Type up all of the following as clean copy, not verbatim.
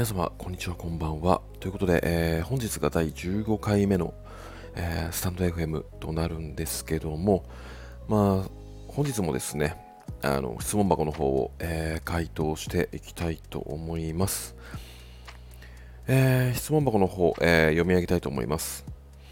皆様、こんにちは、こんばんは。ということで、本日が第15回目の、スタンド FM となるんですけども、本日もですね、質問箱の方を、回答していきたいと思います。質問箱の方、読み上げたいと思います。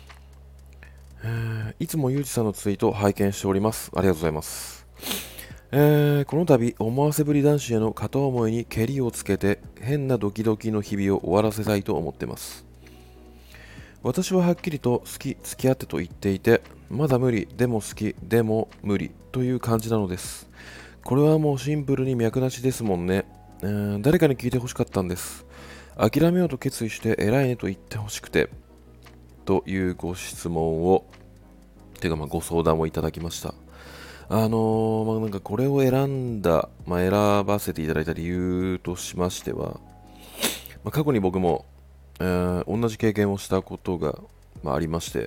いつもゆうじさんのツイートを拝見しております。ありがとうございます。この度、思わせぶり男子への片思いにケリをつけて変なドキドキの日々を終わらせたいと思っています。私ははっきりと好き、付き合ってと言っていて、まだ無理、でも好き、でも無理という感じなのです。これはもうシンプルに脈なしですもんね。誰かに聞いてほしかったんです。諦めようと決意して偉いねと言ってほしくて、というご質問を、ご相談をいただきました。なんかこれを選ばせていただいた理由としましては、過去に僕も、同じ経験をしたことが、ありまして、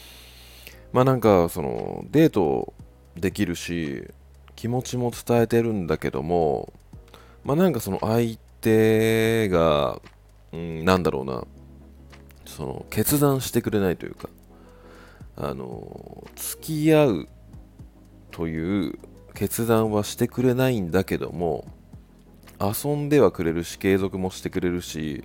デートできるし、気持ちも伝えてるんだけども、その相手が、その決断してくれないというか、付き合うという決断はしてくれないんだけども、遊んではくれるし、継続もしてくれるし、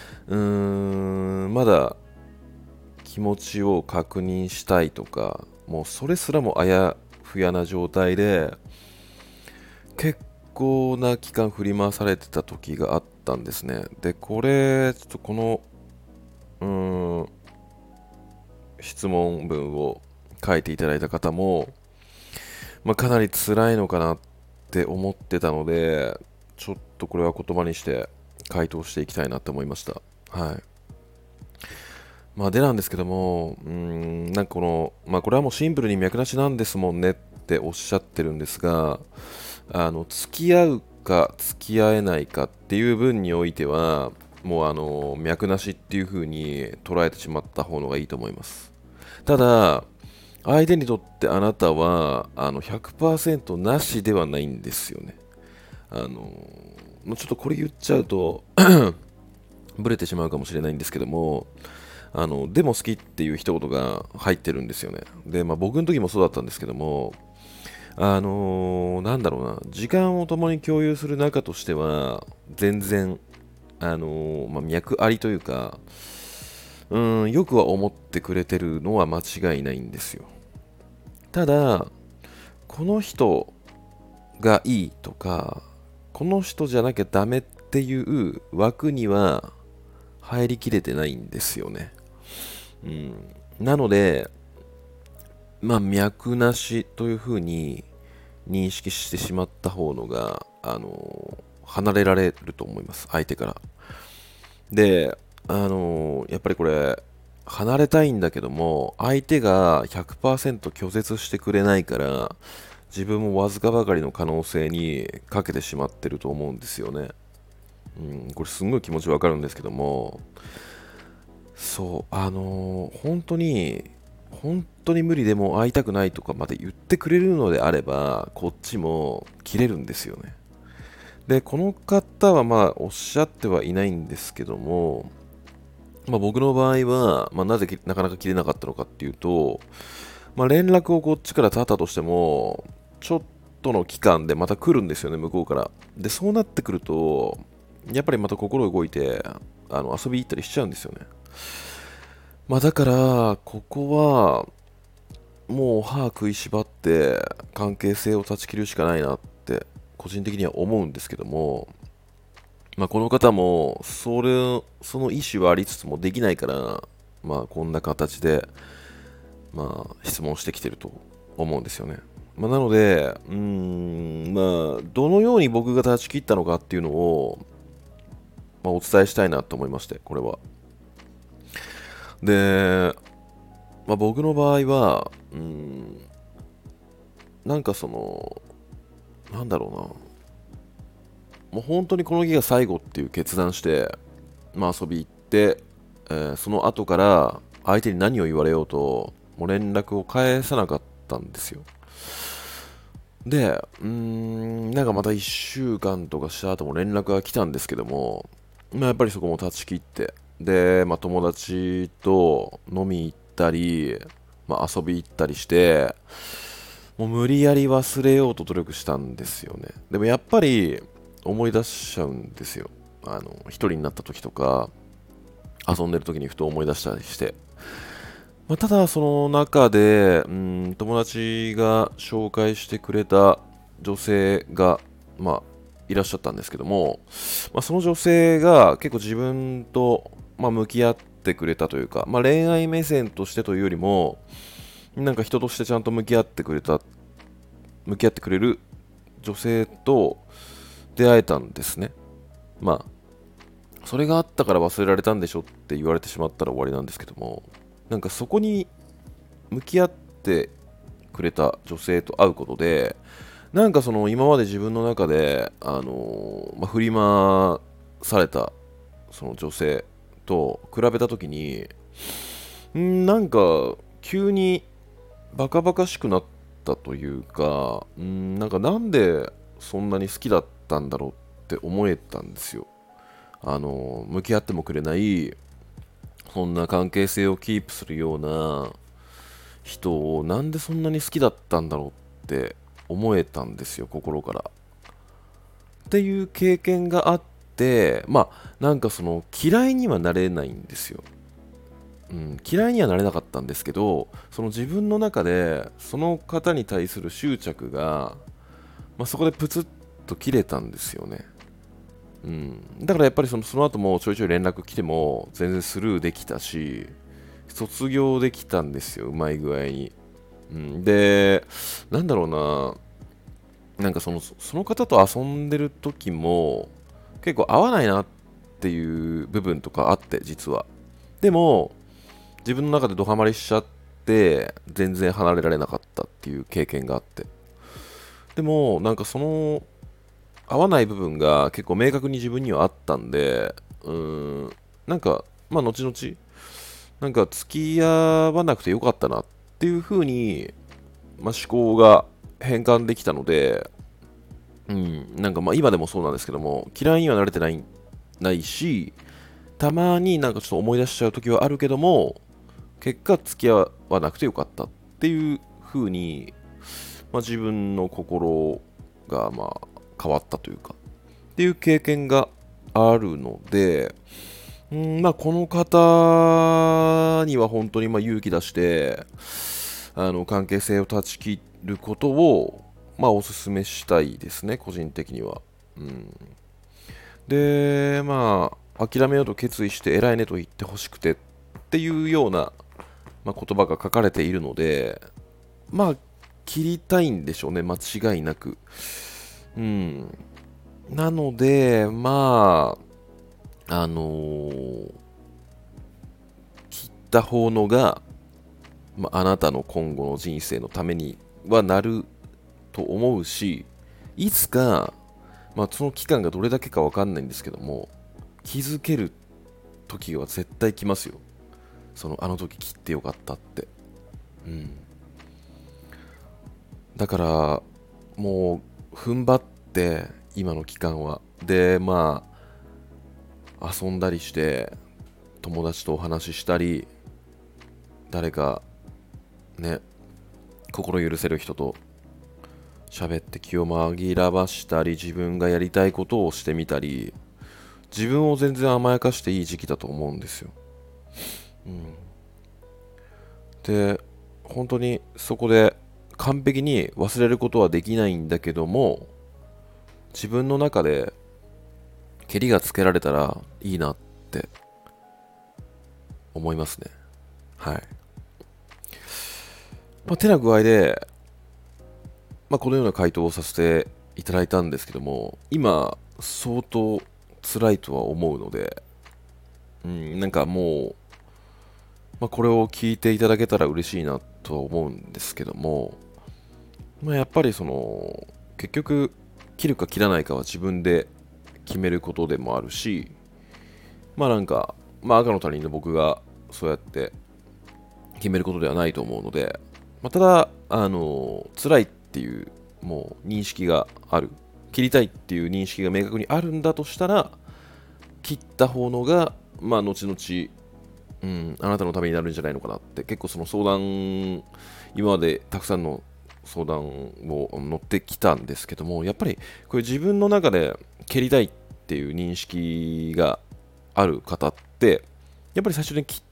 まだ気持ちを確認したいとか、もうそれすらもあやふやな状態で、結構な期間振り回されてた時があったんですね。で、これ、ちょっとこの、うーん、質問文を書いていただいた方も、かなり辛いのかなって思ってたので、ちょっとこれは言葉にして回答していきたいなって思いました。はい。でなんですけども、これはもうシンプルに脈なしなんですもんねっておっしゃってるんですが、付き合うか付き合えないかっていう分においては、もう脈なしっていう風に捉えてしまった方がいいと思います。ただ、相手にとってあなたは100%なしではないんですよね。ちょっとこれ言っちゃうとブレてしまうかもしれないんですけども、でも好きっていう一言が入ってるんですよね。で、僕の時もそうだったんですけども、時間を共に共有する中としては、全然、脈ありというか、よくは思ってくれてるのは間違いないんですよ。ただ、この人がいいとか、この人じゃなきゃダメっていう枠には入りきれてないんですよね。なので、脈なしというふうに認識してしまった方のが、離れられると思います、相手から。で、やっぱりこれ、離れたいんだけども、相手が100%拒絶してくれないから、自分もわずかばかりの可能性にかけてしまってると思うんですよね。これすんごい気持ちわかるんですけども、そう、本当に無理でも会いたくないとかまで言ってくれるのであれば、こっちも切れるんですよね。で、この方はおっしゃってはいないんですけども、僕の場合は、なぜなかなか切れなかったのかっていうと、連絡をこっちから取ったとしても、ちょっとの期間でまた来るんですよね、向こうから。で、そうなってくると、やっぱりまた心動いて、遊び行ったりしちゃうんですよね。だから、ここは、もう歯食いしばって関係性を断ち切るしかないなって個人的には思うんですけども、この方もその意思はありつつもできないから、こんな形で、質問してきてると思うんですよね。なので、どのように僕が断ち切ったのかっていうのを、お伝えしたいなと思いまして、これは。で、僕の場合は、なんかその、なんだろうな、もう本当にこの日が最後っていう決断して、遊び行って、その後から相手に何を言われようと、もう連絡を返さなかったんですよ。で、なんかまた1週間とかした後も連絡が来たんですけども、 やっぱりそこも断ち切って、で、友達と飲み行ったり、遊び行ったりして、もう無理やり忘れようと努力したんですよね。でもやっぱり思い出しちゃうんですよ。一人になった時とか、遊んでる時にふと思い出したりして。ただその中で、友達が紹介してくれた女性が、いらっしゃったんですけども、その女性が結構自分と、向き合ってくれたというか、恋愛目線としてというよりも、なんか人としてちゃんと向き合ってくれる女性と出会えたんですね。それがあったから忘れられたんでしょって言われてしまったら終わりなんですけども、なんかそこに向き合ってくれた女性と会うことで、なんかその今まで自分の中で、振り回されたその女性と比べたときに、なんか急にバカバカしくなったというか、なんでそんなに好きだったんだろうって思えたんですよ。向き合ってもくれない、そんな関係性をキープするような人をなんでそんなに好きだったんだろうって思えたんですよ、心から。っていう経験があって、なんかその嫌いにはなれないんですよ。嫌いにはなれなかったんですけど、その自分の中でその方に対する執着が、そこでプツッと切れたんですよね。だからやっぱりその後もちょいちょい連絡来ても全然スルーできたし、卒業できたんですよ、うまい具合に。で、なんだろうなんかその方と遊んでる時も結構合わないなっていう部分とかあって、実は。でも、自分の中でドハマりしちゃって、全然離れられなかったっていう経験があって。でも、なんかその合わない部分が結構明確に自分にはあったんで、なんか、後々、なんか付き合わなくてよかったなっていう風に、思考が変換できたので、なんか今でもそうなんですけども、嫌いにはなれてないし、たまになんかちょっと思い出しちゃう時はあるけども、結果付き合わなくてよかったっていう風に、自分の心が変わったというか、っていう経験があるので、この方には本当に勇気出して、関係性を断ち切ることを、お勧めしたいですね、個人的には。で、諦めようと決意して偉いねと言ってほしくてっていうような、言葉が書かれているので、切りたいんでしょうね、間違いなく。なので、切った方のが、あなたの今後の人生のためにはなると思うし、いつか、その期間がどれだけかわかんないんですけども、気づける時は絶対来ますよ。あの時切ってよかったって。だから、もう、踏ん張って、今の期間は。で、遊んだりして、友達とお話ししたり、誰か、ね、心許せる人と喋って気を紛らわしたり、自分がやりたいことをしてみたり、自分を全然甘やかしていい時期だと思うんですよ。で、本当にそこで完璧に忘れることはできないんだけども、自分の中でケリがつけられたらいいなって思いますね。はい。てな具合で、このような回答をさせていただいたんですけども、今、相当辛いとは思うので、なんかもう、これを聞いていただけたら嬉しいなと思うんですけども、やっぱり結局、切るか切らないかは自分で決めることでもあるし、なんか、赤の他人の僕がそうやって決めることではないと思うので、ただ、辛いっていうもう認識がある、切りたいっていう認識が明確にあるんだとしたら、 切った方のが、まあ、後々、あなたのためになるんじゃないのかなって、結構その相談、今までたくさんの相談を乗ってきたんですけども、やっぱりこれ自分の中で蹴りたいっていう認識がある方って、やっぱり最初に切って、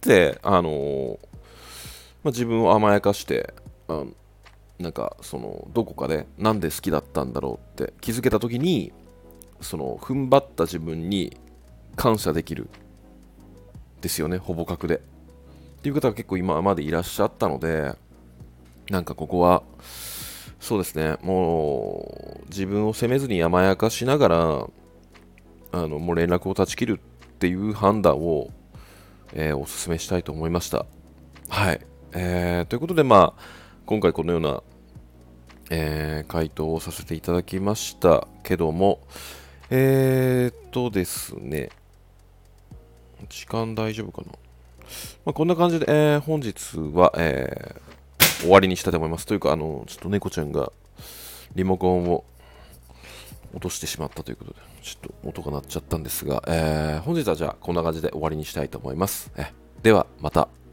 自分を甘やかして、なんかそのどこかでなんで好きだったんだろうって気づけた時に、その踏ん張った自分に感謝できるですよね、ほぼ確で。っていう方が結構今までいらっしゃったので、なんかここは、そうですね、もう自分を責めずに甘やかしながら、もう連絡を断ち切るっていう判断を、お勧めしたいと思いました。はい。ということで、今回このような、回答をさせていただきましたけども、ですね、時間大丈夫かな。こんな感じで、本日は、終わりにしたいと思います。というか、ちょっと猫ちゃんがリモコンを落としてしまったということで、ちょっと音が鳴っちゃったんですが、本日はじゃあこんな感じで終わりにしたいと思います。では、また。